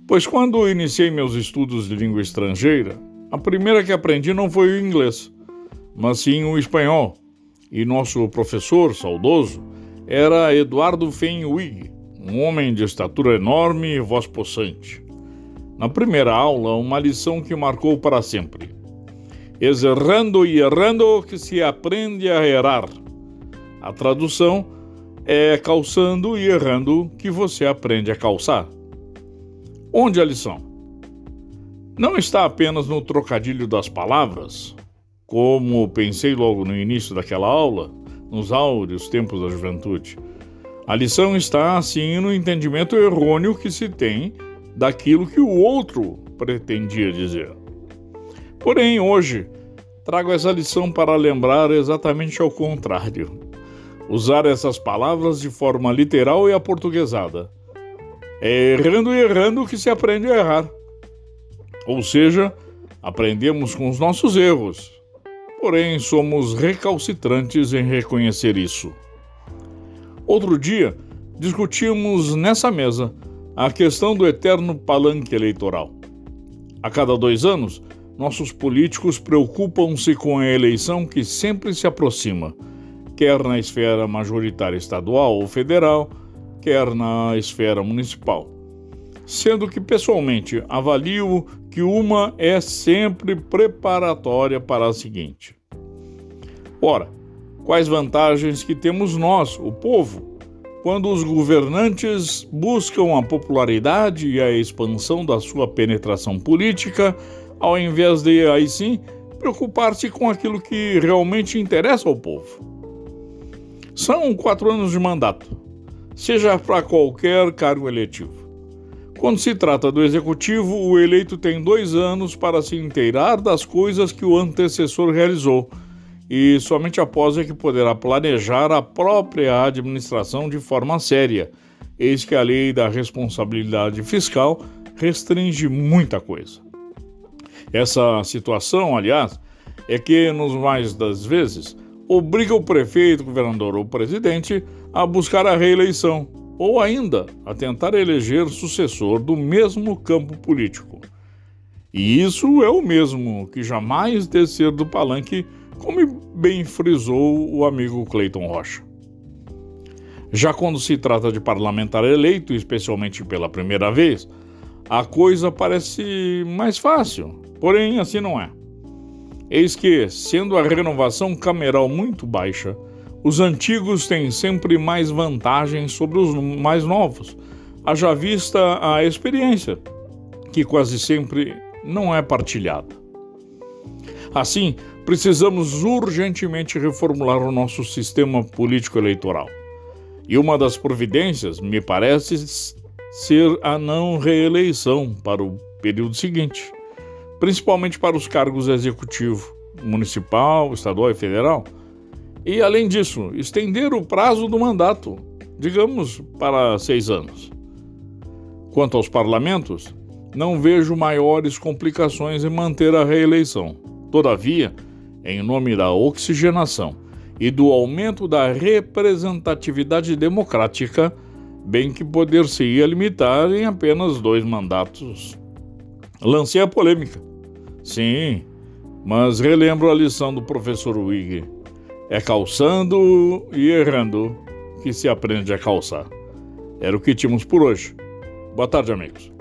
Pois quando iniciei meus estudos de língua estrangeira, a primeira que aprendi não foi o inglês, mas sim o espanhol. E nosso professor saudoso era Eduardo Fenwick, um homem de estatura enorme e voz possante. Na primeira aula, uma lição que marcou para sempre. Es errando e errando que se aprende a errar. A tradução é calçando e errando que você aprende a calçar. Onde a lição? Não está apenas no trocadilho das palavras, como pensei logo no início daquela aula, nos áureos tempos da juventude. A lição está, sim, no entendimento errôneo que se tem daquilo que o outro pretendia dizer. Porém, hoje, trago essa lição para lembrar exatamente ao contrário. Usar essas palavras de forma literal e aportuguesada. É errando e errando que se aprende a errar. Ou seja, aprendemos com os nossos erros. Porém, somos recalcitrantes em reconhecer isso. Outro dia, discutimos nessa mesa a questão do eterno palanque eleitoral. A cada 2 anos, nossos políticos preocupam-se com a eleição que sempre se aproxima, quer na esfera majoritária estadual ou federal, quer na esfera municipal. Sendo que, pessoalmente, avalio que uma é sempre preparatória para a seguinte. Ora, quais vantagens que temos nós, o povo, quando os governantes buscam a popularidade e a expansão da sua penetração política, ao invés de, aí sim, preocupar-se com aquilo que realmente interessa ao povo? São 4 anos de mandato, seja para qualquer cargo eletivo. Quando se trata do executivo, o eleito tem 2 anos para se inteirar das coisas que o antecessor realizou e somente após é que poderá planejar a própria administração de forma séria, eis que a lei da responsabilidade fiscal restringe muita coisa. Essa situação, aliás, é que, nos mais das vezes, obriga o prefeito, governador ou presidente a buscar a reeleição, ou ainda a tentar eleger sucessor do mesmo campo político. E isso é o mesmo que jamais descer do palanque, como bem frisou o amigo Cleiton Rocha. Já quando se trata de parlamentar eleito, especialmente pela primeira vez, a coisa parece mais fácil, porém assim não é. Eis que, sendo a renovação cameral muito baixa, os antigos têm sempre mais vantagens sobre os mais novos, haja vista a experiência, que quase sempre não é partilhada. Assim, precisamos urgentemente reformular o nosso sistema político-eleitoral. E uma das providências, me parece, ser a não reeleição para o período seguinte, principalmente para os cargos executivo, municipal, estadual e federal. E, além disso, estender o prazo do mandato, digamos, para 6 anos. Quanto aos parlamentos, não vejo maiores complicações em manter a reeleição. Todavia, em nome da oxigenação e do aumento da representatividade democrática, bem que poder-se-ia limitar em apenas 2 mandatos. Lancei a polêmica. Sim, mas relembro a lição do professor Wigg. É calçando e errando que se aprende a calçar. Era o que tínhamos por hoje. Boa tarde, amigos.